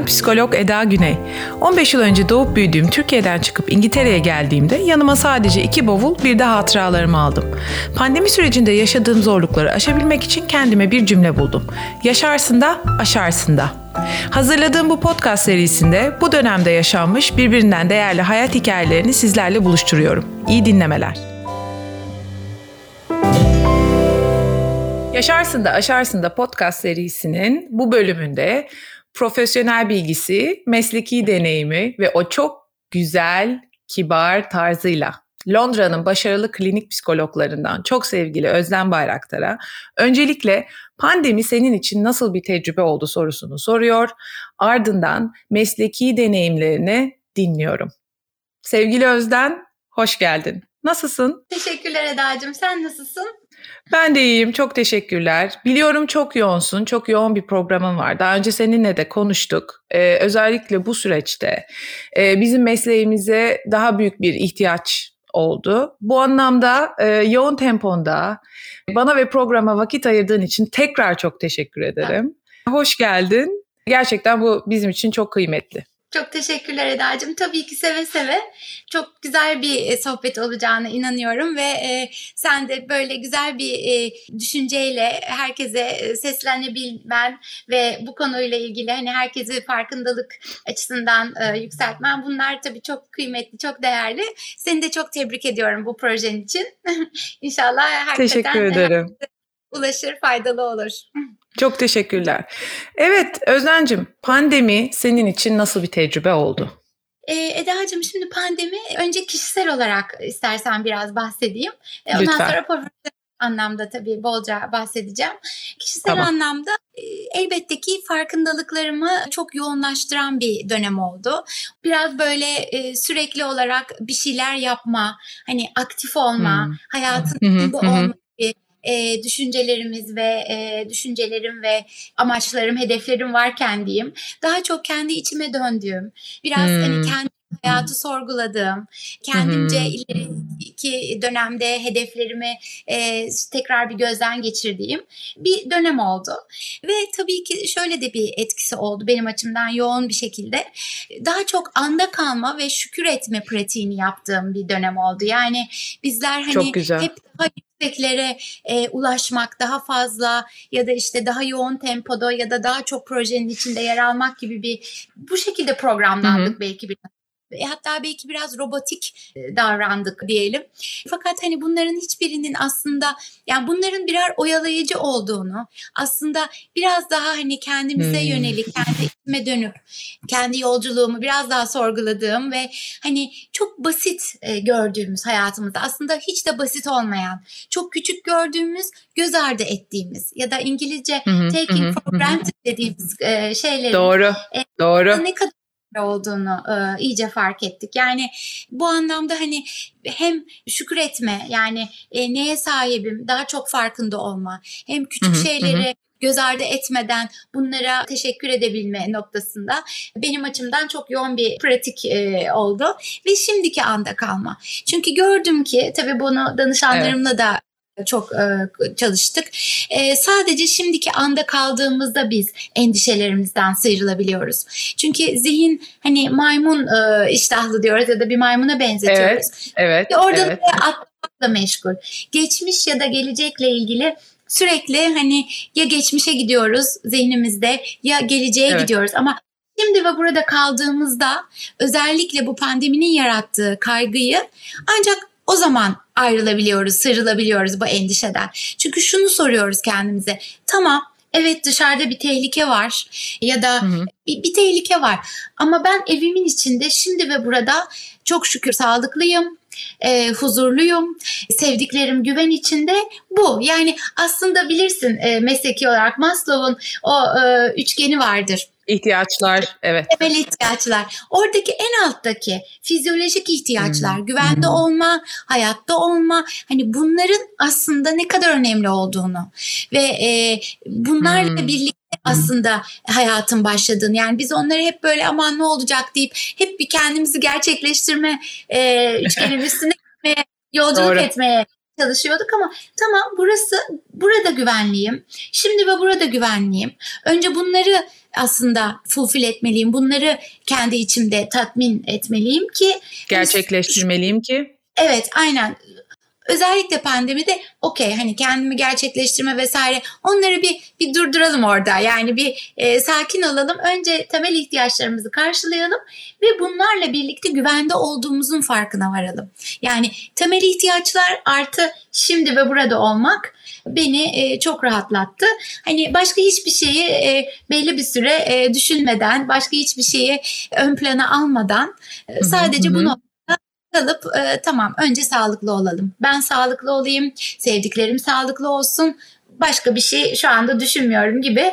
Ben psikolog Eda Güney. 15 yıl önce doğup büyüdüğüm Türkiye'den çıkıp İngiltere'ye geldiğimde yanıma sadece 2 bavul bir de hatıralarımı aldım. Pandemi sürecinde yaşadığım zorlukları aşabilmek için kendime bir cümle buldum. Yaşarsın da aşarsın da. Hazırladığım bu podcast serisinde bu dönemde yaşanmış birbirinden değerli hayat hikayelerini sizlerle buluşturuyorum. İyi dinlemeler. Yaşarsın da Aşarsın da podcast serisinin bu bölümünde profesyonel bilgisi, mesleki deneyimi ve o çok güzel, kibar tarzıyla Londra'nın başarılı klinik psikologlarından çok sevgili Özlem Bayraktar'a öncelikle pandemi senin için nasıl bir tecrübe oldu sorusunu soruyor. Ardından mesleki deneyimlerini dinliyorum. Sevgili Özlem, hoş geldin. Nasılsın? Teşekkürler Eda'cığım. Sen nasılsın? Ben de iyiyim. Çok teşekkürler. Biliyorum çok yoğunsun. Çok yoğun bir programın var. Daha önce seninle de konuştuk. Özellikle bu süreçte bizim mesleğimize daha büyük bir ihtiyaç oldu. Bu anlamda yoğun temponda bana ve programa vakit ayırdığın için tekrar çok teşekkür ederim. Hoş geldin. Gerçekten bu bizim için çok kıymetli. Çok teşekkürler Eda'cığım. Tabii ki seve seve. Çok güzel bir sohbet olacağına inanıyorum ve sen de böyle güzel bir düşünceyle herkese seslenebilmen ve bu konuyla ilgili hani herkesi farkındalık açısından yükseltmen, bunlar tabii çok kıymetli, çok değerli. Seni de çok tebrik ediyorum bu projen için. İnşallah hakikaten teşekkür ederim. Ulaşır, faydalı olur. Çok teşekkürler. Evet Özlemciğim, pandemi senin için nasıl bir tecrübe oldu? Eda'cığım, şimdi pandemi, önce kişisel olarak istersen biraz bahsedeyim. Ondan Lütfen. sonra profesyonel anlamda tabii bolca bahsedeceğim. Kişisel Tamam. anlamda elbette ki farkındalıklarımı çok yoğunlaştıran bir dönem oldu. Biraz böyle sürekli olarak bir şeyler yapma, hani aktif olma, hayatın içinde olma gibi düşüncelerimiz ve düşüncelerim ve amaçlarım, hedeflerim varken diyeyim, daha çok kendi içime döndüğüm, biraz hani kendi hayatı sorguladığım, kendimce ileriki dönemde hedeflerimi tekrar bir gözden geçirdiğim bir dönem oldu. Ve tabii ki şöyle de bir etkisi oldu benim açımdan yoğun bir şekilde. Daha çok anda kalma ve şükür etme pratiğini yaptığım bir dönem oldu. Yani bizler hani hep daha yükseklere ulaşmak, daha fazla ya da işte daha yoğun tempoda ya da daha çok projenin içinde yer almak gibi bu şekilde programlandık belki biraz. Hatta belki biraz robotik davrandık diyelim. Fakat hani bunların hiçbirinin aslında, yani bunların birer oyalayıcı olduğunu, aslında biraz daha hani kendimize yönelik, kendi içime dönüp kendi yolculuğumu biraz daha sorguladığım ve hani çok basit gördüğümüz hayatımızda, aslında hiç de basit olmayan, çok küçük gördüğümüz, göz ardı ettiğimiz ya da İngilizce taking for granted dediğimiz şeylerin Doğru. ne kadar olduğunu iyice fark ettik. Yani bu anlamda hani hem şükür etme, yani neye sahibim daha çok farkında olma, hem küçük şeyleri göz ardı etmeden bunlara teşekkür edebilme noktasında benim açımdan çok yoğun bir pratik oldu. Ve şimdiki anda kalma. Çünkü gördüm ki, tabii bunu danışanlarımla da çok çalıştık. Sadece şimdiki anda kaldığımızda biz endişelerimizden sıyrılabiliyoruz. Çünkü zihin hani maymun iştahlı diyoruz ya da bir maymuna benzetiyoruz. Evet. Orada atlamakla meşgul. Geçmiş ya da gelecekle ilgili sürekli hani ya geçmişe gidiyoruz zihnimizde ya geleceğe gidiyoruz, ama şimdi ve burada kaldığımızda özellikle bu pandeminin yarattığı kaygıyı ancak o zaman ayrılabiliyoruz, sıyrılabiliyoruz bu endişeden. Çünkü şunu soruyoruz kendimize: tamam, evet dışarıda bir tehlike var ya da bir tehlike var, ama ben evimin içinde şimdi ve burada çok şükür sağlıklıyım, huzurluyum, sevdiklerim güven içinde. Bu yani aslında bilirsin, mesleki olarak Maslow'un o üçgeni vardır. İhtiyaçlar, evet. Temel ihtiyaçlar. Oradaki en alttaki fizyolojik ihtiyaçlar, güvende olma, hayatta olma, hani bunların aslında ne kadar önemli olduğunu ve bunlarla birlikte aslında hayatın başladığını, yani biz onları hep böyle aman ne olacak deyip hep bir kendimizi gerçekleştirme üçgenin üstüne gitmeye, yolculuk etmeye çalışıyorduk ama tamam, burada güvenliyim. Şimdi ve burada güvenliyim. Önce bunları aslında fulfill etmeliyim. Bunları kendi içimde tatmin etmeliyim ki gerçekleştirmeliyim ki. Evet, aynen. Özellikle pandemide hani kendimi gerçekleştirme vesaire, onları bir durduralım orada. Yani bir sakin olalım. Önce temel ihtiyaçlarımızı karşılayalım ve bunlarla birlikte güvende olduğumuzun farkına varalım. Yani temel ihtiyaçlar artı şimdi ve burada olmak beni çok rahatlattı. Hani başka hiçbir şeyi belli bir süre düşünmeden, başka hiçbir şeyi ön plana almadan sadece bunu kalıp tamam, önce sağlıklı olalım. Ben sağlıklı olayım, sevdiklerim sağlıklı olsun. Başka bir şey şu anda düşünmüyorum gibi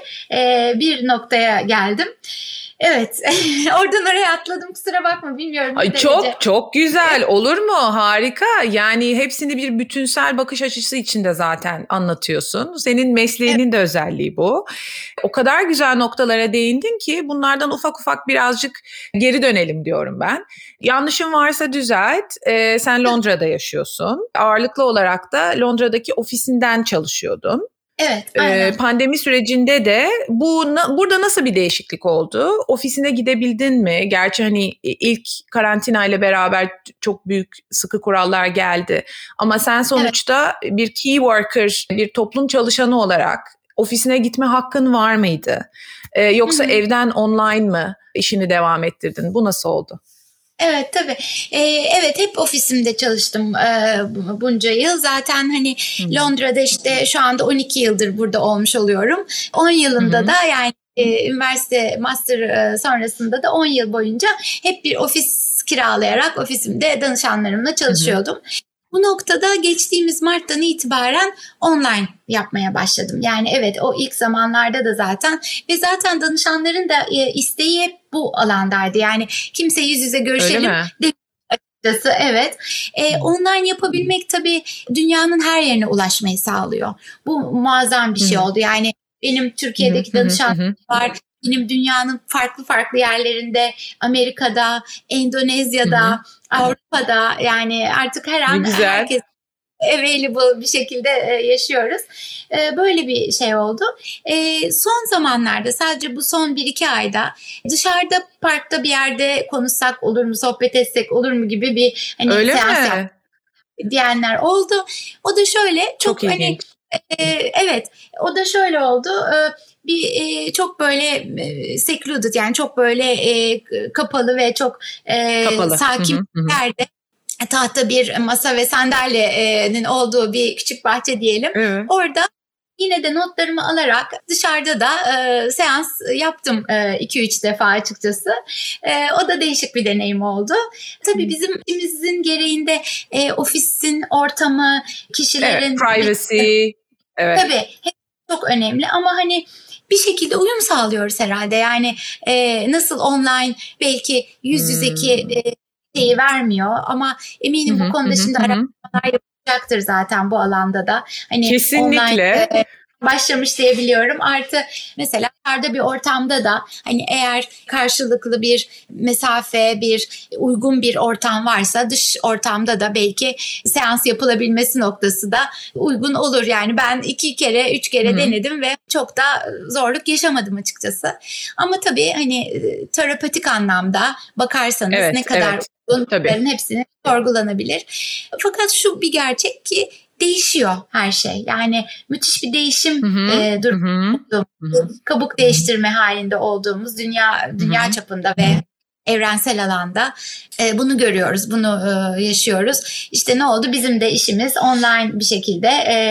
bir noktaya geldim. Evet, oradan oraya atladım, kusura bakma, bilmiyorum. Ay, çok güzel, olur mu? Harika. Yani hepsini bir bütünsel bakış açısı içinde zaten anlatıyorsun. Senin mesleğinin de özelliği bu. O kadar güzel noktalara değindin ki bunlardan ufak ufak birazcık geri dönelim diyorum ben. Yanlışım varsa düzelt. Sen Londra'da yaşıyorsun. Ağırlıklı olarak da Londra'daki ofisinden çalışıyordun. Evet, aynen. Pandemi sürecinde de burada nasıl bir değişiklik oldu? Ofisine gidebildin mi? Gerçi hani ilk karantina ile beraber çok büyük sıkı kurallar geldi. Ama sen sonuçta bir key worker, bir toplum çalışanı olarak ofisine gitme hakkın var mıydı? Yoksa evden online mı işini devam ettirdin? Bu nasıl oldu? Evet, tabii. Evet, hep ofisimde çalıştım bunca yıl. Zaten hani Londra'da işte şu anda 12 yıldır burada olmuş oluyorum. 10 yılında da yani üniversite master sonrasında da 10 yıl boyunca hep bir ofis kiralayarak ofisimde danışanlarımla çalışıyordum. Bu noktada geçtiğimiz Mart'tan itibaren online yapmaya başladım. Yani evet, o ilk zamanlarda da zaten ve danışanların da isteği hep bu alandaydı. Yani kimse yüz yüze görüşelim de açıkçası, evet. Online yapabilmek tabii dünyanın her yerine ulaşmayı sağlıyor. Bu muazzam bir şey oldu. Yani benim Türkiye'deki danışanlarım var. Benim dünyanın farklı yerlerinde, Amerika'da, Endonezya'da, Avrupa'da, yani artık her an herkes available bir şekilde yaşıyoruz. Böyle bir şey oldu. Son zamanlarda, sadece bu son 1-2 ayda dışarıda parkta bir yerde konuşsak olur mu, sohbet etsek olur mu gibi bir seans diyenler oldu. O da şöyle çok hani evet, o da şöyle oldu. Bir çok böyle secluded, yani çok böyle kapalı ve çok sakin bir yerde, tahta bir masa ve sandalyenin olduğu bir küçük bahçe diyelim. Orada yine de notlarımı alarak dışarıda da seans yaptım 2-3 defa açıkçası. O da değişik bir deneyim oldu. Tabii bizim işimizin gereğinde ofisin ortamı, kişilerin privacy, tabii hep çok önemli ama hani bir şekilde uyum sağlıyoruz herhalde. Yani nasıl online belki yüz yüzeki şeyi vermiyor ama eminim bu konuda şimdi araştırmalar yapacaktır zaten bu alanda da. Hani kesinlikle. Online başlamış diyebiliyorum. Artı mesela dışarıda bir ortamda da hani eğer karşılıklı bir mesafe, bir uygun bir ortam varsa dış ortamda da belki seans yapılabilmesi noktası da uygun olur. Yani ben 2-3 kere denedim ve çok da zorluk yaşamadım açıkçası. Ama tabii hani terapatik anlamda bakarsanız ne kadar uygun, hepsini sorgulanabilir. Fakat şu bir gerçek ki değişiyor her şey. Yani müthiş bir değişim durumu. Kabuk değiştirme halinde olduğumuz dünya çapında ve evrensel alanda bunu görüyoruz, bunu yaşıyoruz. İşte ne oldu? Bizim de işimiz online bir şekilde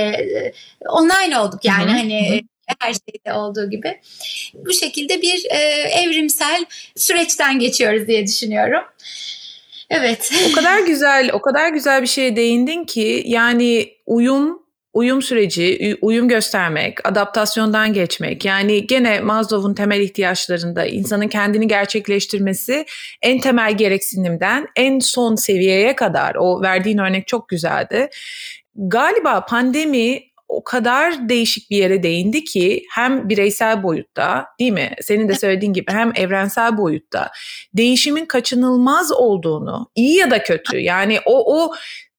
online olduk yani hani her şeyde olduğu gibi. Bu şekilde bir evrimsel süreçten geçiyoruz diye düşünüyorum. Evet. O kadar güzel bir şeye değindin ki, yani uyum süreci, uyum göstermek, adaptasyondan geçmek. Yani gene Maslow'un temel ihtiyaçlarında insanın kendini gerçekleştirmesi en temel gereksinimden en son seviyeye kadar. O verdiğin örnek çok güzeldi. Galiba pandemi o kadar değişik bir yere değindi ki hem bireysel boyutta, değil mi? Senin de söylediğin gibi hem evrensel boyutta değişimin kaçınılmaz olduğunu, iyi ya da kötü, yani o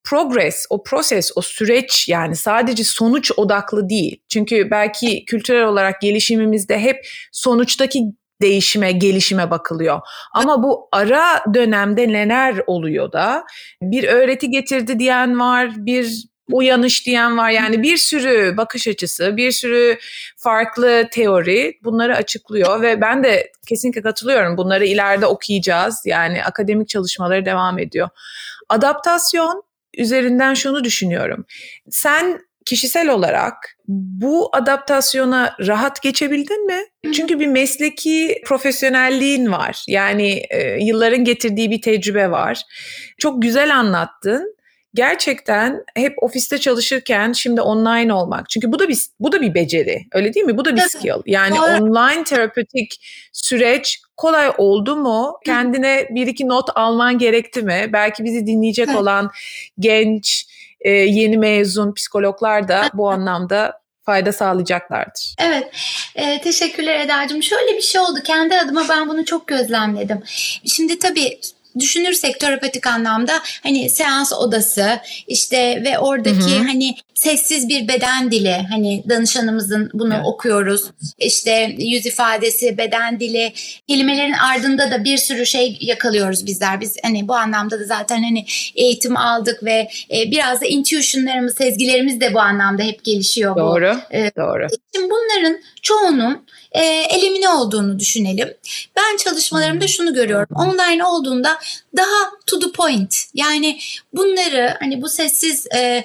progress, o proses, o süreç, yani sadece sonuç odaklı değil. Çünkü belki kültürel olarak gelişimimizde hep sonuçtaki değişime, gelişime bakılıyor. Ama bu ara dönemde neler oluyor da bir öğreti getirdi diyen var, bir uyanış diyen var. Yani bir sürü bakış açısı, bir sürü farklı teori bunları açıklıyor ve ben de kesinlikle katılıyorum. Bunları ileride okuyacağız. Yani akademik çalışmaları devam ediyor. Adaptasyon üzerinden şunu düşünüyorum. Sen kişisel olarak bu adaptasyona rahat geçebildin mi? Çünkü bir mesleki profesyonelliğin var. Yani yılların getirdiği bir tecrübe var. Çok güzel anlattın. Gerçekten hep ofiste çalışırken şimdi online olmak. Çünkü bu da bir beceri. Öyle değil mi? Bu da bir skill. Yani online terapötik süreç kolay oldu mu? Kendine bir iki not alman gerekti mi? Belki bizi dinleyecek olan genç, yeni mezun psikologlar da bu anlamda fayda sağlayacaklardır. Evet, teşekkürler Eda'cığım. Şöyle bir şey oldu. Kendi adıma ben bunu çok gözlemledim. Şimdi tabii düşünürsek terapötik anlamda hani seans odası işte ve oradaki hani sessiz bir beden dili, hani danışanımızın bunu okuyoruz. İşte yüz ifadesi, beden dili, kelimelerin ardında da bir sürü şey yakalıyoruz bizler. Biz hani bu anlamda da zaten hani eğitim aldık ve biraz da intuition'larımız, sezgilerimiz de bu anlamda hep gelişiyor. Doğru, doğru. Şimdi bunların çoğunun elimine olduğunu düşünelim. Ben çalışmalarımda şunu görüyorum. Online olduğunda daha to the point. Yani bunları hani bu sessiz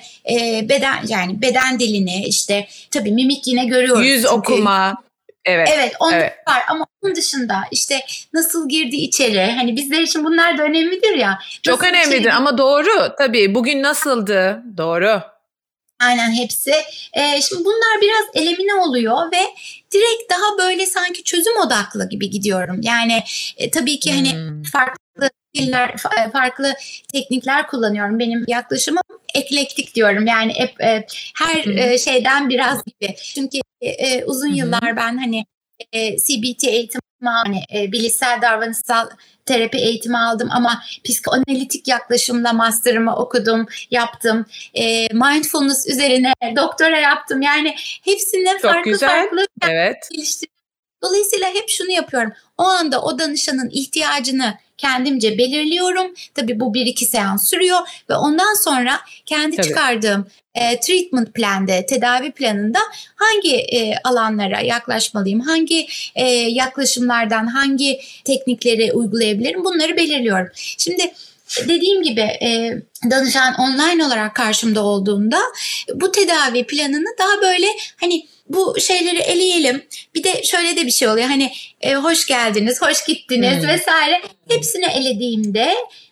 beden dilini işte tabii mimik yine görüyoruz. Yüz okuma. Evet, onlar var ama onun dışında işte nasıl girdi içeri, hani bizler için bunlar da önemlidir ya. Çok önemlidir ama doğru tabii, bugün nasıldı, doğru. Aynen, hepsi. Şimdi bunlar biraz elimine oluyor ve direkt daha böyle sanki çözüm odaklı gibi gidiyorum. Yani tabii ki hani farklı diller, farklı teknikler kullanıyorum. Benim yaklaşımım eklektik diyorum. Yani her şeyden biraz gibi. Çünkü uzun yıllar ben hani CBT eğitimi, hani bilişsel davranışsal terapi eğitimi aldım ama psikoanalitik yaklaşımla master'ımı okudum, yaptım. Mindfulness üzerine doktora yaptım. Yani hepsinde farklı geliştirdim. Dolayısıyla hep şunu yapıyorum. O anda o danışanın ihtiyacını kendimce belirliyorum. Tabii bu 1-2 seans sürüyor ve ondan sonra kendi çıkardığım treatment planda, tedavi planında hangi alanlara yaklaşmalıyım, hangi yaklaşımlardan hangi teknikleri uygulayabilirim, bunları belirliyorum. Şimdi dediğim gibi danışan online olarak karşımda olduğunda bu tedavi planını daha böyle hani bu şeyleri eleyelim. Bir de şöyle de bir şey oluyor. Hani hoş geldiniz, hoş gittiniz vesaire. Hepsini elediğimde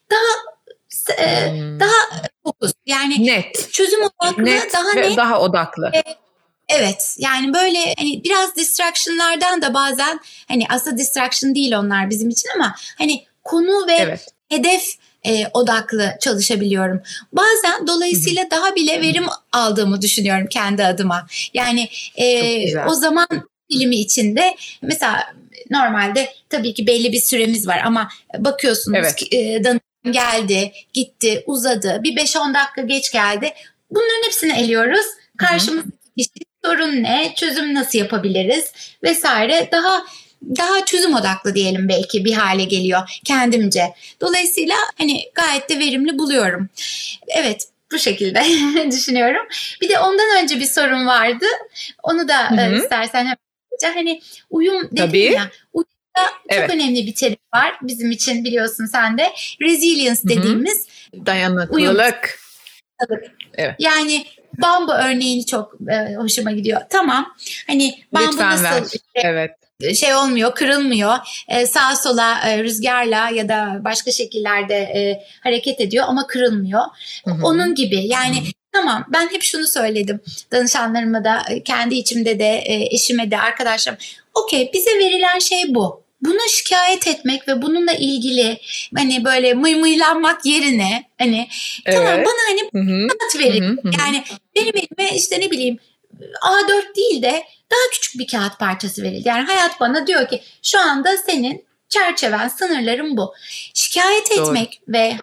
daha fokus. Yani net, çözüm odaklı, daha net, daha odaklı. Evet, yani böyle hani biraz distraction'lardan da bazen, hani aslında distraction değil onlar bizim için ama hani konu ve hedef odaklı çalışabiliyorum. Bazen dolayısıyla daha bile verim aldığımı düşünüyorum kendi adıma. Yani o zaman dilimi içinde mesela normalde tabii ki belli bir süremiz var ama bakıyorsunuz ki danışan geldi, gitti, uzadı, bir 5-10 dakika geç geldi. Bunların hepsini eliyoruz. Karşımızdaki kişi sorun ne, çözüm nasıl yapabiliriz vesaire, daha çözüm odaklı diyelim belki bir hale geliyor kendimce. Dolayısıyla hani gayet de verimli buluyorum. Evet, bu şekilde düşünüyorum. Bir de ondan önce bir sorun vardı. Onu da istersen hemen, hani uyum dedim ya. Uyumda çok önemli bir terim var bizim için, biliyorsun sen de. Resilience dediğimiz. Dayanıklılık. Evet. Yani bambu örneğini çok hoşuma gidiyor. Tamam. Hani bambu lütfen nasıl şey olmuyor, kırılmıyor. Sağa sola rüzgarla ya da başka şekillerde hareket ediyor ama kırılmıyor. Onun gibi yani. Tamam, ben hep şunu söyledim danışanlarıma da, kendi içimde de, eşime de, arkadaşlarım. Okey, bize verilen şey bu. Buna şikayet etmek ve bununla ilgili hani böyle mıymıylanmak yerine hani tamam, bana hani kağıt verin. Yani benim elime işte ne bileyim A4 değil de daha küçük bir kağıt parçası verildi. Yani hayat bana diyor ki şu anda senin çerçeven, sınırların bu. Şikayet etmek ve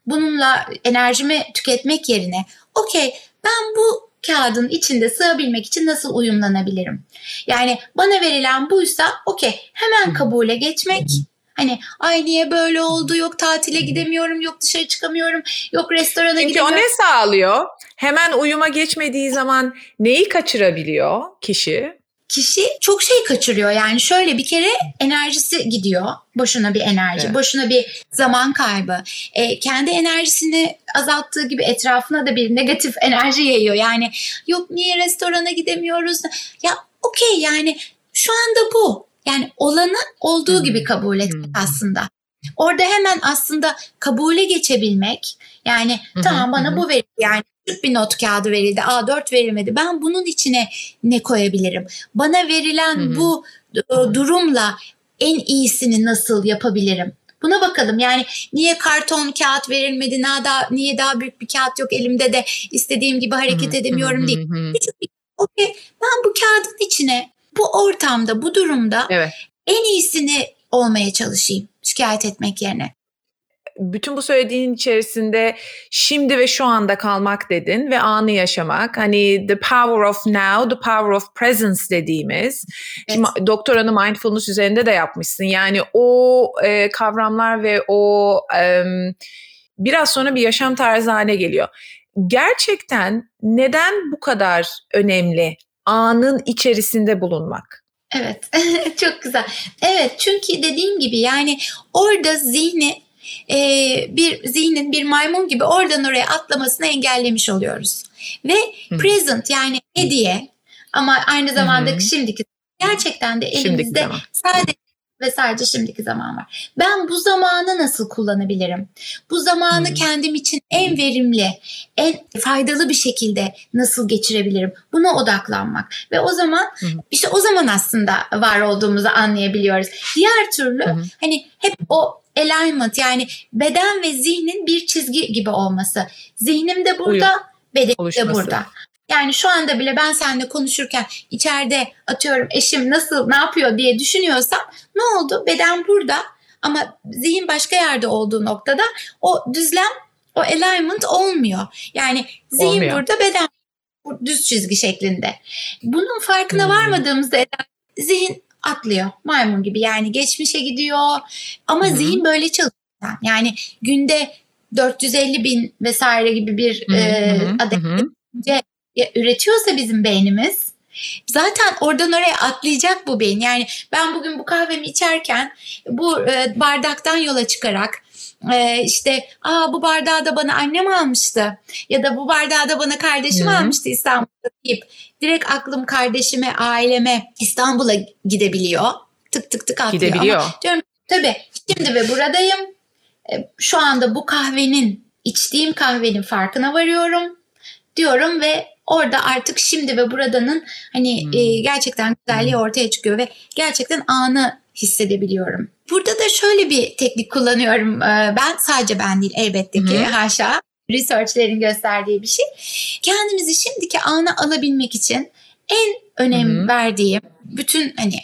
bununla enerjimi tüketmek yerine okey, ben bu kağıdın içinde sığabilmek için nasıl uyumlanabilirim? Yani bana verilen buysa okey, hemen kabule geçmek. Hani ay niye böyle oldu, yok tatile gidemiyorum, yok dışarı çıkamıyorum, yok restorana gidemiyorum. Çünkü o ne sağlıyor? Hemen uyuma geçmediği zaman neyi kaçırabiliyor kişi? Kişi çok şey kaçırıyor. Yani şöyle, bir kere enerjisi gidiyor. Boşuna bir enerji, evet. Boşuna bir zaman kaybı. Kendi enerjisini azalttığı gibi etrafına da bir negatif enerji yayıyor. Yani yok niye restorana gidemiyoruz? Ya okey, yani şu anda bu. Yani olanı olduğu gibi kabul etmek aslında. Orada hemen aslında kabule geçebilmek. Yani tamam, bana bu verildi, yani bir not kağıdı verildi, A4 verilmedi. Ben bunun içine ne koyabilirim? Bana verilen bu durumla en iyisini nasıl yapabilirim? Buna bakalım. Yani niye karton kağıt verilmedi? Niye daha büyük bir kağıt yok elimde de istediğim gibi hareket edemiyorum değil. Küçük bir, okey, ben bu kağıdın içine, bu ortamda, bu durumda en iyisini olmaya çalışayım, şikayet etmek yerine. Bütün bu söylediğin içerisinde şimdi ve şu anda kalmak dedin ve anı yaşamak. Hani the power of now, the power of presence dediğimiz. Evet. Şimdi doktoranı mindfulness üzerinde de yapmışsın. Yani o kavramlar ve o biraz sonra bir yaşam tarzı haline geliyor. Gerçekten neden bu kadar önemli anın içerisinde bulunmak? Evet, çok güzel. Evet, çünkü dediğim gibi yani orada zihnin bir maymun gibi oradan oraya atlamasını engellemiş oluyoruz. Ve present, yani hediye, ama aynı zamanda şimdiki, gerçekten de elimizde sadece şimdiki zaman var. Ben bu zamanı nasıl kullanabilirim? Bu zamanı kendim için en verimli, en faydalı bir şekilde nasıl geçirebilirim? Buna odaklanmak. Ve o zaman işte o zaman aslında var olduğumuzu anlayabiliyoruz. Diğer türlü hani hep o alignment, yani beden ve zihnin bir çizgi gibi olması. Zihnim de burada, bedenim de burada. Yani şu anda bile ben seninle konuşurken içeride atıyorum eşim ne yapıyor diye düşünüyorsam, ne oldu? Beden burada ama zihin başka yerde olduğu noktada o düzlem, o alignment olmuyor. Yani zihin burada, beden düz çizgi şeklinde. Bunun farkına varmadığımızda zihin atlıyor maymun gibi, yani geçmişe gidiyor ama zihin böyle çalışıyor. Yani günde 450 bin vesaire gibi bir adet üretiyorsa bizim beynimiz, zaten oradan oraya atlayacak bu beyin. Yani ben bugün bu kahvemi içerken bu bardaktan yola çıkarak işte bu bardağı da bana annem almıştı ya da bu bardağı da bana kardeşim almıştı İstanbul'da deyip direkt aklım kardeşime, aileme, İstanbul'a gidebiliyor. Tık tık tık atlıyor. Gidebiliyor. Ama diyorum tabii şimdi ve buradayım. Şu anda bu içtiğim kahvenin farkına varıyorum diyorum ve orada artık şimdi ve buradanın hani gerçekten güzelliği ortaya çıkıyor ve gerçekten anı hissedebiliyorum. Burada da şöyle bir teknik kullanıyorum. Sadece ben değil elbette ki, haşa. Research'lerin gösterdiği bir şey. Kendimizi şimdiki ana alabilmek için en önem verdiğim, bütün hani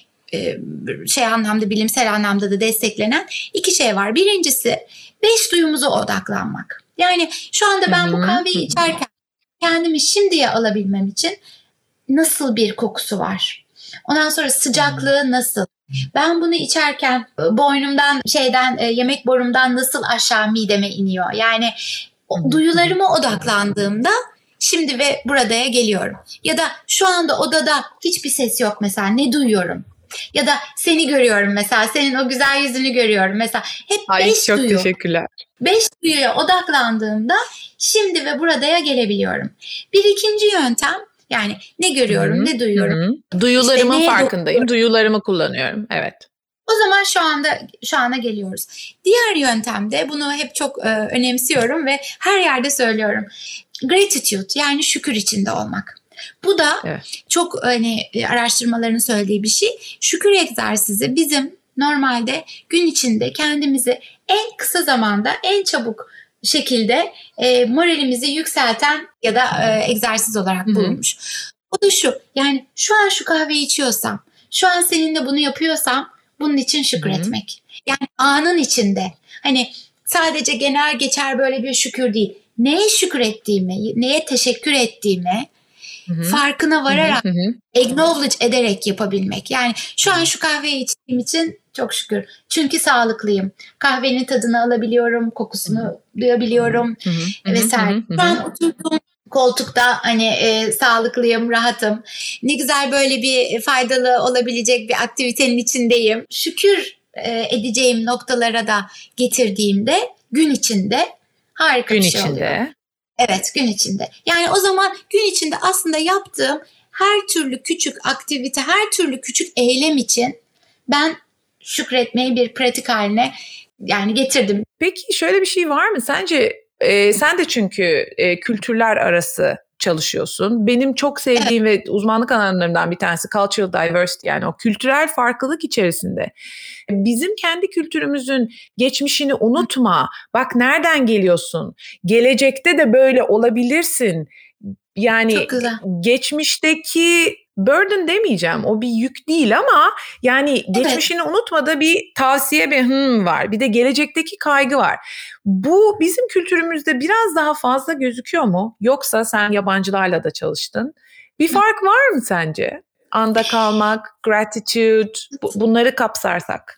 anlamda, bilimsel anlamda da desteklenen 2 şey var. Birincisi 5 duyumuza odaklanmak. Yani şu anda ben bu kahveyi içerken kendimi şimdiye alabilmem için nasıl bir kokusu var? Ondan sonra sıcaklığı nasıl? Ben bunu içerken boynumdan yemek borumdan nasıl aşağı mideme iniyor? Yani duyularıma odaklandığımda şimdi ve buradaya geliyorum. Ya da şu anda odada hiçbir ses yok mesela, ne duyuyorum? Ya da seni görüyorum mesela, senin o güzel yüzünü görüyorum mesela. Hep 5 duyu. Çok teşekkürler. 5 duyuya odaklandığımda şimdi ve buradaya gelebiliyorum. Bir ikinci yöntem, yani ne görüyorum, ne duyuyorum. Duyularımın farkındayım, duyularımı kullanıyorum. Evet. O zaman şu anda geliyoruz. Diğer yöntemde, bunu hep çok önemsiyorum ve her yerde söylüyorum. Gratitude, yani şükür içinde olmak. Bu da çok araştırmaların söylediği bir şey. Şükür egzersizi bizim normalde gün içinde kendimizi en kısa zamanda, en çabuk şekilde moralimizi yükselten ya da egzersiz olarak bulunmuş. O da şu, yani şu an şu kahveyi içiyorsam, şu an seninle bunu yapıyorsam bunun için şükretmek. Yani anın içinde. Hani sadece genel geçer böyle bir şükür değil. Neye şükür ettiğimi, neye teşekkür ettiğimi farkına vararak, acknowledge ederek yapabilmek. Yani şu an şu kahveyi içtiğim için çok şükür. Çünkü sağlıklıyım. Kahvenin tadını alabiliyorum, kokusunu duyabiliyorum vesaire. Şu an oturduğum koltukta hani sağlıklıyım, rahatım. Ne güzel böyle bir faydalı olabilecek bir aktivitenin içindeyim. Şükür edeceğim noktalara da getirdiğimde gün içinde harika bir şey oluyor. Evet, gün içinde. Yani o zaman gün içinde aslında yaptığım her türlü küçük aktivite, her türlü küçük eylem için ben şükretmeyi bir pratik haline yani getirdim. Peki şöyle bir şey var mı? Sence sen de çünkü kültürler arası çalışıyorsun. Benim çok sevdiğim ve uzmanlık alanlarımdan bir tanesi cultural diversity, yani o kültürel farklılık içerisinde. Bizim kendi kültürümüzün geçmişini unutma. Bak nereden geliyorsun? Gelecekte de böyle olabilirsin. Yani geçmişteki burden demeyeceğim, o bir yük değil ama yani geçmişini unutmada bir tavsiye var. Bir de gelecekteki kaygı var. Bu bizim kültürümüzde biraz daha fazla gözüküyor mu? Yoksa sen yabancılarla da çalıştın. Bir fark var mı sence? Anda kalmak, gratitude, bunları kapsarsak.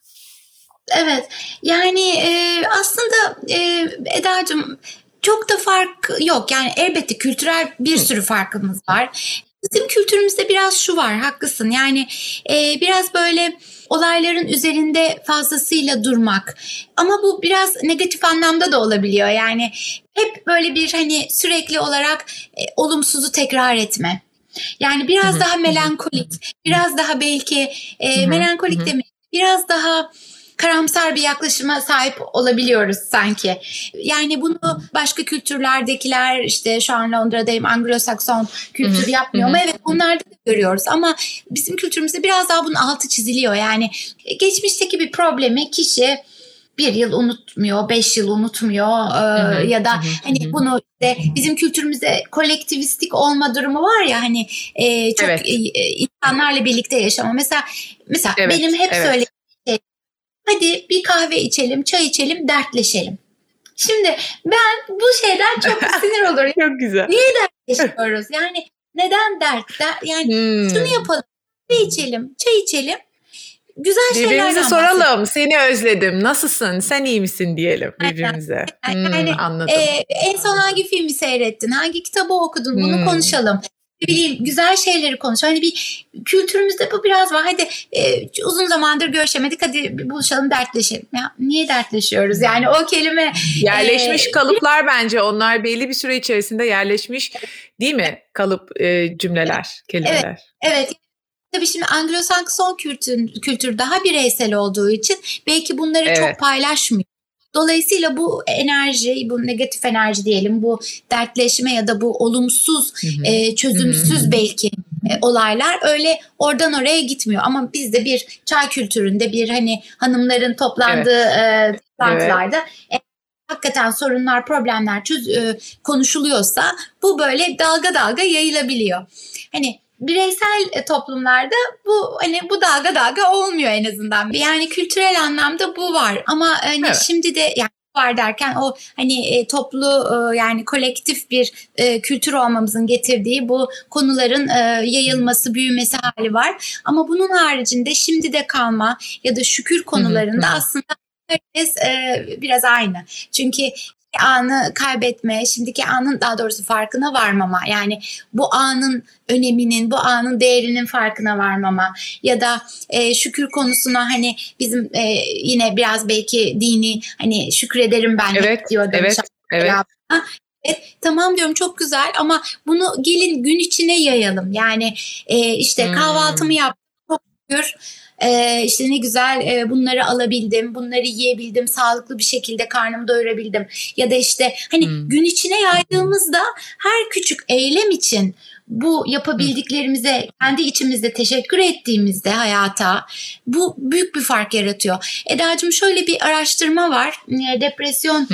Evet, yani aslında Eda'cığım çok da fark yok. Yani elbette kültürel bir sürü farkımız var. Bizim kültürümüzde biraz şu var, haklısın. Yani biraz böyle olayların üzerinde fazlasıyla durmak. Ama bu biraz negatif anlamda da olabiliyor. Yani hep böyle bir hani sürekli olarak olumsuzu tekrar etme. Yani biraz daha melankolik, biraz daha belki melankolik demeyin, biraz daha karamsar bir yaklaşıma sahip olabiliyoruz sanki. Yani bunu başka kültürlerdekiler, işte şu an Londra'dayım, Anglo-Sakson kültürü yapmıyor ama evet onlarda da görüyoruz. Ama bizim kültürümüzde biraz daha bunun altı çiziliyor. Yani geçmişteki bir problemi kişi 1 yıl unutmuyor, 5 yıl unutmuyor ya da hani bunu işte bizim kültürümüzde kolektivistik olma durumu var ya, hani çok insanlarla birlikte yaşama. Mesela benim hep söylediğim şey, hadi bir kahve içelim, çay içelim, dertleşelim. Şimdi ben bu şeyden çok sinir olurum. Çok güzel. Niye dertleşiyoruz? Yani neden dert? Yani şunu yapalım, kahve içelim, çay içelim. Güzel birbirimize soralım. Bahsedelim. Seni özledim. Nasılsın? Sen iyi misin diyelim birbirimize. Yani, anladım. En son hangi filmi seyrettin? Hangi kitabı okudun? Bunu konuşalım. Bileyim, güzel şeyleri konuş. Hani bir kültürümüzde bu biraz var. Hadi uzun zamandır görüşemedik. Hadi buluşalım, dertleşelim. Ya, niye dertleşiyoruz? Yani o kelime yerleşmiş kalıplar bence. Onlar belli bir süre içerisinde yerleşmiş, değil mi? Kalıp cümleler, kelimeler. Evet. Tabii şimdi Anglo-Sakson kültür daha bireysel olduğu için belki bunları çok paylaşmıyor. Dolayısıyla bu enerji, bu negatif enerji diyelim, bu dertleşme ya da bu olumsuz, çözümsüz belki olaylar öyle oradan oraya gitmiyor. Ama bizde bir çay kültüründe, bir hani hanımların toplandığı toplantılarda hakikaten sorunlar, problemler konuşuluyorsa bu böyle dalga dalga yayılabiliyor. Hani bireysel toplumlarda bu hani bu dalga olmuyor en azından. Yani kültürel anlamda bu var ama hani şimdi de yani var derken o hani toplu yani kolektif bir kültür olmamızın getirdiği bu konuların yayılması, büyümesi hali var. Ama bunun haricinde şimdi de kalma ya da şükür konularında aslında herkes biraz aynı. Çünkü anı kaybetme, şimdiki anın daha doğrusu farkına varmama, yani bu anın öneminin, bu anın değerinin farkına varmama ya da şükür konusuna hani bizim yine biraz belki dini hani şükrederim ben diyordum. Evet, tamam diyorum, çok güzel ama bunu gelin gün içine yayalım. Yani işte kahvaltımı yaptım, çok şükür. İşte ne güzel bunları alabildim, bunları yiyebildim, sağlıklı bir şekilde karnımı doyurabildim. Ya da işte hani gün içine yaydığımızda her küçük eylem için bu yapabildiklerimize kendi içimizde teşekkür ettiğimizde hayata bu büyük bir fark yaratıyor. Eda'cığım şöyle bir araştırma var, depresyon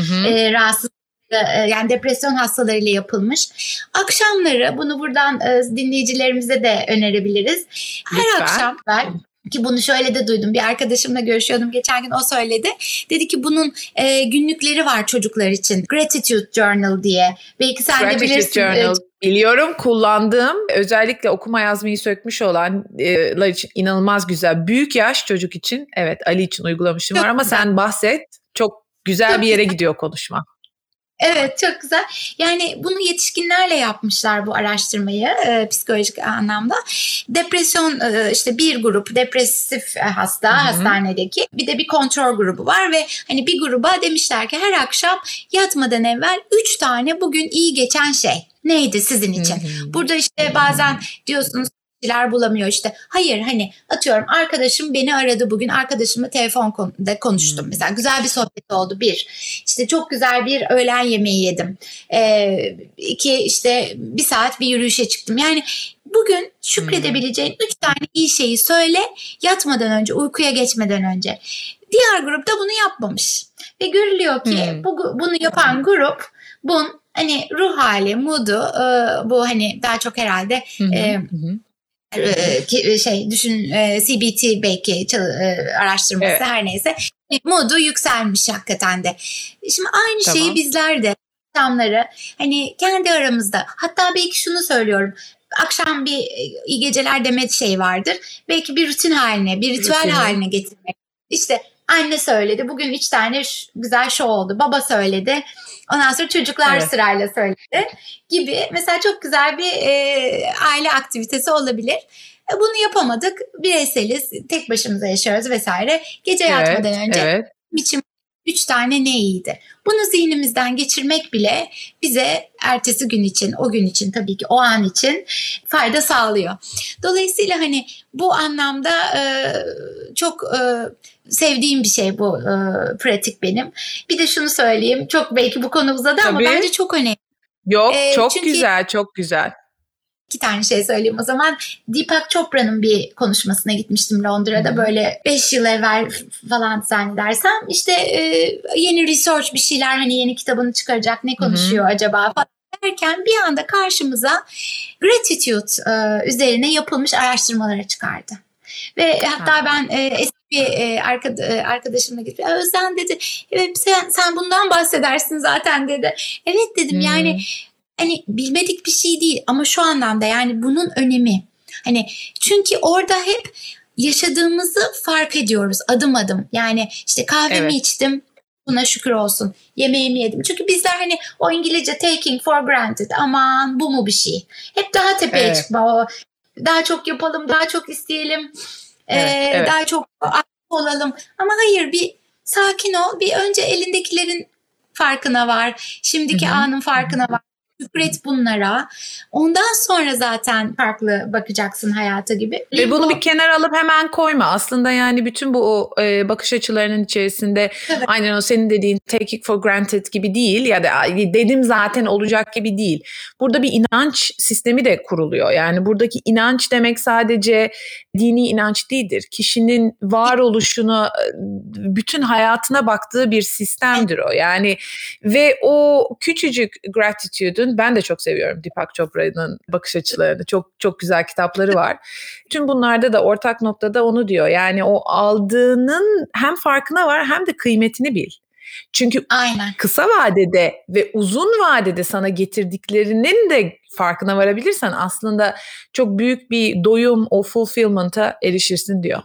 yani depresyon hastalarıyla yapılmış. Akşamları bunu buradan dinleyicilerimize de önerebiliriz. Her akşam Ki bunu şöyle de duydum. Bir arkadaşımla görüşüyordum. Geçen gün o söyledi. Dedi ki bunun günlükleri var çocuklar için. Gratitude Journal diye. Belki sen de bilirsin. Gratitude Journal. Biliyorum, kullandığım, özellikle okuma yazmayı sökmüş olanlar için inanılmaz güzel. Büyük yaş çocuk için, evet, Ali için uygulamışım var ama sen bahset. Çok güzel bir yere gidiyor konuşma. Evet, çok güzel. Yani bunu yetişkinlerle yapmışlar bu araştırmayı psikolojik anlamda. Depresyon işte bir grup depresif hasta hastanedeki, bir de bir kontrol grubu var ve hani bir gruba demişler ki her akşam yatmadan evvel 3 tane bugün iyi geçen şey neydi sizin için? Burada işte bazen diyorsunuz bulamıyor işte. Hayır, hani atıyorum arkadaşım beni aradı bugün, arkadaşımla telefonda konuştum. Mesela güzel bir sohbet oldu. Bir, işte çok güzel bir öğlen yemeği yedim. İki, işte bir saat bir yürüyüşe çıktım. Yani bugün şükredebileceğin 3 tane iyi şeyi söyle yatmadan önce, uykuya geçmeden önce. Diğer grup da bunu yapmamış. Ve görülüyor ki bunu yapan grup bunun hani ruh hali, mood'u bu hani daha çok herhalde düşün CBT belki araştırması her neyse modu yükselmiş hakikaten de. Şimdi aynı şeyi bizler de akşamları hani kendi aramızda, hatta belki şunu söylüyorum, akşam bir iyi geceler deme şey vardır, belki bir rutin haline, bir ritüel haline getirmek. İşte anne söyledi bugün 3 tane güzel show oldu, baba söyledi, ondan sonra çocuklar sırayla söyledi gibi. Mesela çok güzel bir aile aktivitesi olabilir. Bunu yapamadık. Bireyseliz, tek başımıza yaşıyoruz vesaire. Gece yatmadan önce biçim 3 tane ne iyiydi? Bunu zihnimizden geçirmek bile bize ertesi gün için, o gün için, tabii ki o an için fayda sağlıyor. Dolayısıyla hani bu anlamda çok sevdiğim bir şey bu pratik benim. Bir de şunu söyleyeyim, çok belki bu konu uzadı ama bence çok önemli. Yok, çok güzel, çok güzel. 2 tane şey söyleyeyim o zaman. Deepak Chopra'nın bir konuşmasına gitmiştim Londra'da. Böyle 5 yıl evvel falan zannedersem. İşte yeni research bir şeyler, hani yeni kitabını çıkaracak, ne konuşuyor acaba falan derken bir anda karşımıza gratitude üzerine yapılmış araştırmalara çıkardı. Ve hatta ben eski bir arkadaşımla gittim. Özden dedi, evet sen bundan bahsedersin zaten dedi. Evet dedim, yani hani bilmedik bir şey değil ama şu anlamda yani bunun önemi. Hani çünkü orada hep yaşadığımızı fark ediyoruz adım adım. Yani işte kahvemi içtim, buna şükür olsun. Yemeğimi yedim. Çünkü bizler hani o İngilizce taking for granted, aman bu mu bir şey? Hep daha tepeye çıkma, daha çok yapalım, daha çok isteyelim, daha çok aktif olalım. Ama hayır, bir sakin ol, bir önce elindekilerin farkına var. Şimdiki anın farkına var. Şükret bunlara. Ondan sonra zaten farklı bakacaksın hayata gibi. Ve bunu bir kenara alıp hemen koyma. Aslında yani bütün bu bakış açılarının içerisinde aynen o senin dediğin take it for granted gibi değil ya da dedim zaten olacak gibi değil. Burada bir inanç sistemi de kuruluyor. Yani buradaki inanç demek sadece dini inanç değildir. Kişinin varoluşunu, bütün hayatına baktığı bir sistemdir o. Yani ve o küçücük gratitude'un, ben de çok seviyorum Deepak Chopra'nın bakış açılarını. Çok çok güzel kitapları var. Tüm bunlarda da ortak noktada onu diyor. Yani o aldığının hem farkına var hem de kıymetini bil. Çünkü kısa vadede ve uzun vadede sana getirdiklerinin de farkına varabilirsen aslında çok büyük bir doyum, o fulfillment'a erişirsin diyor.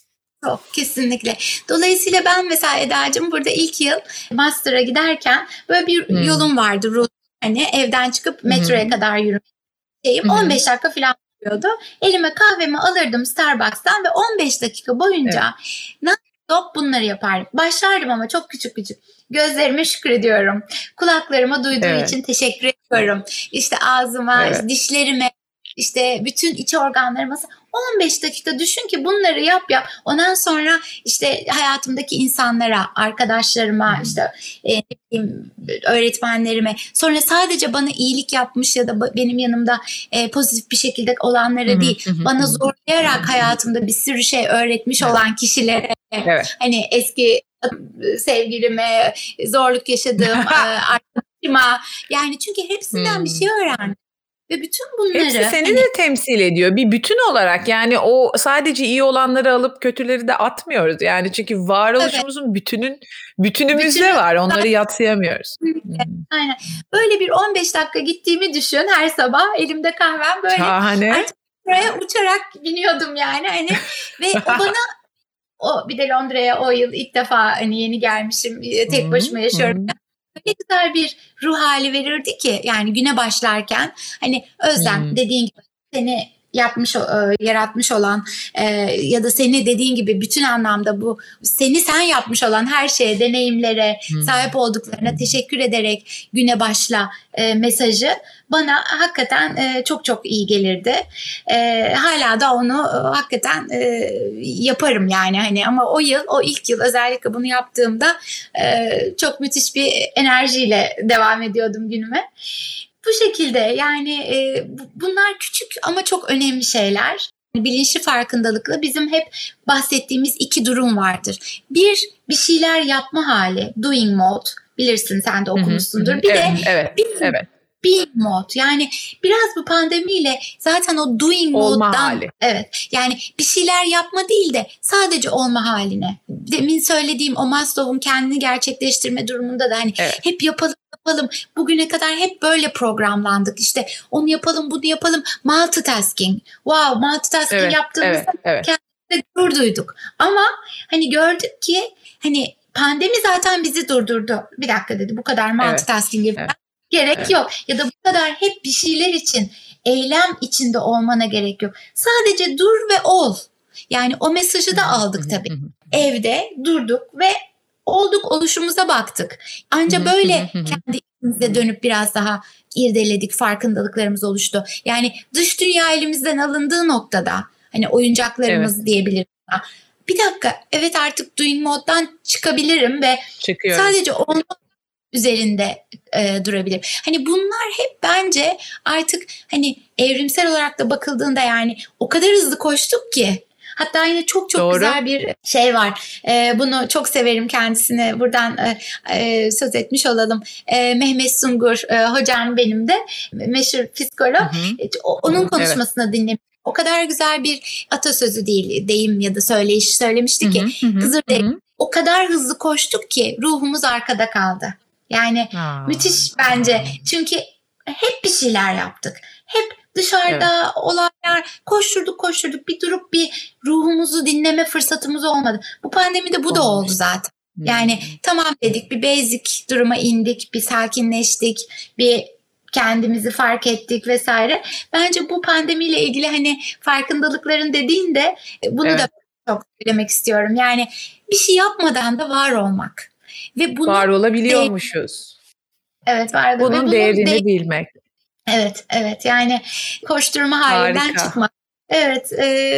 Çok, kesinlikle. Dolayısıyla ben mesela Eda'cığım burada ilk yıl master'a giderken böyle bir yolum vardı. Hani evden çıkıp metroya kadar yürümek. 15 dakika falan sürüyordu. Elime kahvemi alırdım Starbucks'tan ve 15 dakika boyunca non-stop bunları yapardım. Başlardım ama çok küçük küçük. Gözlerime şükrediyorum. Kulaklarıma duyduğu için teşekkür ediyorum. İşte ağzıma, dişlerime, işte bütün iç organlarıma. 15 dakika düşün ki bunları yap. Ondan sonra işte hayatımdaki insanlara, arkadaşlarıma, işte öğretmenlerime, sonra sadece bana iyilik yapmış ya da benim yanımda pozitif bir şekilde olanlara değil, bana zorlayarak hayatımda bir sürü şey öğretmiş olan kişilere, hani eski sevgilime, zorluk yaşadığım arkadaşıma, yani çünkü hepsinden bir şey öğrendim. Ve bütün bunları... Hepsi seni de temsil ediyor bir bütün olarak. Yani o sadece iyi olanları alıp kötüleri de atmıyoruz. Yani çünkü varoluşumuzun bütünümüzde var. Onları yadsıyamıyoruz. Aynen. Böyle bir 15 dakika gittiğimi düşün her sabah. Elimde kahvem böyle. Şahane. Artık buraya uçarak biniyordum yani. Hani ve bir de Londra'ya o yıl ilk defa yeni gelmişim. Tek başıma yaşıyorum. Ne güzel bir ruh hali verirdi ki yani güne başlarken hani Özlem dediğin gibi seni yaratmış olan ya da seni dediğin gibi bütün anlamda bu sen yapmış olan her şeye, deneyimlere, sahip olduklarına teşekkür ederek güne başla mesajı bana hakikaten çok çok iyi gelirdi. Hala da onu hakikaten yaparım yani hani ama o ilk yıl özellikle bunu yaptığımda çok müthiş bir enerjiyle devam ediyordum günüme. Bu şekilde yani bunlar küçük ama çok önemli şeyler. Bilinçli farkındalıkla bizim hep bahsettiğimiz iki durum vardır. Bir şeyler yapma hali, doing mode. Bilirsin sen de okumuşsundur. Bir de being mode. Yani biraz bu pandemiyle zaten o doing mode'dan hali. Evet. Yani bir şeyler yapma değil de sadece olma haline. Demin söylediğim o Maslow'un kendini gerçekleştirme durumunda da hani hep yapalım. Bugüne kadar hep böyle programlandık. İşte onu yapalım, bunu yapalım. Multitasking. Wow, multitasking yaptığımızda kendimize gurur duyduk. Ama hani gördük ki hani pandemi zaten bizi durdurdu. Bir dakika dedi, bu kadar multitasking'e gerek yok. Ya da bu kadar hep bir şeyler için, eylem içinde olmana gerek yok. Sadece dur ve ol. Yani o mesajı da aldık tabii. Evde durduk ve oluşumuza baktık. Ancak böyle kendi içimize dönüp biraz daha irdeledik, farkındalıklarımız oluştu. Yani dış dünya elimizden alındığı noktada hani oyuncaklarımız diyebiliriz. Bir dakika, evet artık doing mode'dan çıkabilirim ve sadece olma üzerinde durabilirim. Hani bunlar hep bence artık hani evrimsel olarak da bakıldığında yani o kadar hızlı koştuk ki. Hatta yine çok güzel bir şey var. Bunu çok severim kendisine. Buradan söz etmiş olalım. Mehmet Sungur hocam benim de meşhur psikolog. Onun konuşmasını dinledim. O kadar güzel bir atasözü değil, deyim ya da söyleyiş söylemişti ki Kızılderili o kadar hızlı koştuk ki ruhumuz arkada kaldı. Yani müthiş bence. Çünkü hep bir şeyler yaptık. Hep dışarıda olaylar koşturduk bir durup bir ruhumuzu dinleme fırsatımız olmadı. Bu pandemide bu da oldu zaten. Yani tamam dedik, bir basic duruma indik, bir sakinleştik, bir kendimizi fark ettik vesaire. Bence bu pandemiyle ilgili hani farkındalıkların dediğinde bunu da çok söylemek istiyorum. Yani bir şey yapmadan da var olmak. Ve bunu var olabiliyormuşuz. Evet, var. Bunun değerini bilmek. Evet yani koşturma halinden çıkmak. Evet.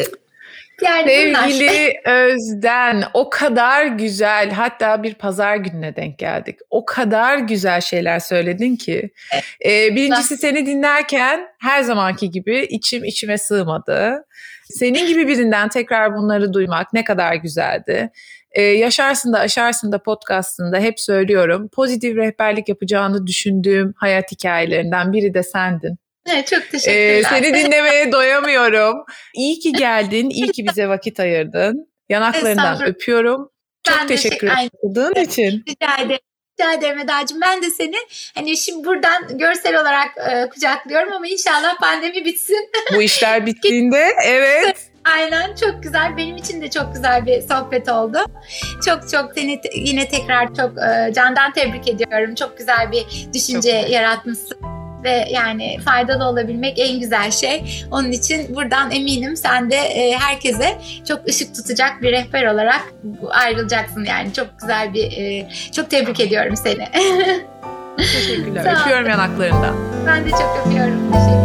Yani sevgili Özden, o kadar güzel, hatta bir pazar gününe denk geldik. O kadar güzel şeyler söyledin ki. Birincisi seni dinlerken her zamanki gibi içime sığmadı. Senin gibi birinden tekrar bunları duymak ne kadar güzeldi. Yaşarsın da Aşarsın da podcastında hep söylüyorum. Pozitif rehberlik yapacağını düşündüğüm hayat hikayelerinden biri de sendin. Evet, çok teşekkürler. Seni dinlemeye doyamıyorum. İyi ki geldin, iyi ki bize vakit ayırdın. Yanaklarından öpüyorum. Çok teşekkür ederim için. Rica ederim Eda'cığım. Ben de seni hani şimdi buradan görsel olarak kucaklıyorum ama inşallah pandemi bitsin. Bu işler bittiğinde evet. Aynen, çok güzel. Benim için de çok güzel bir sohbet oldu. Çok seni yine tekrar çok candan tebrik ediyorum. Çok güzel bir düşünce yaratmışsın. Ve yani faydalı olabilmek en güzel şey. Onun için buradan eminim sen de herkese çok ışık tutacak bir rehber olarak ayrılacaksın. Yani çok güzel çok tebrik ediyorum seni. Teşekkürler. Öpüyorum yanaklarından. Ben de çok öpüyorum. Teşekkür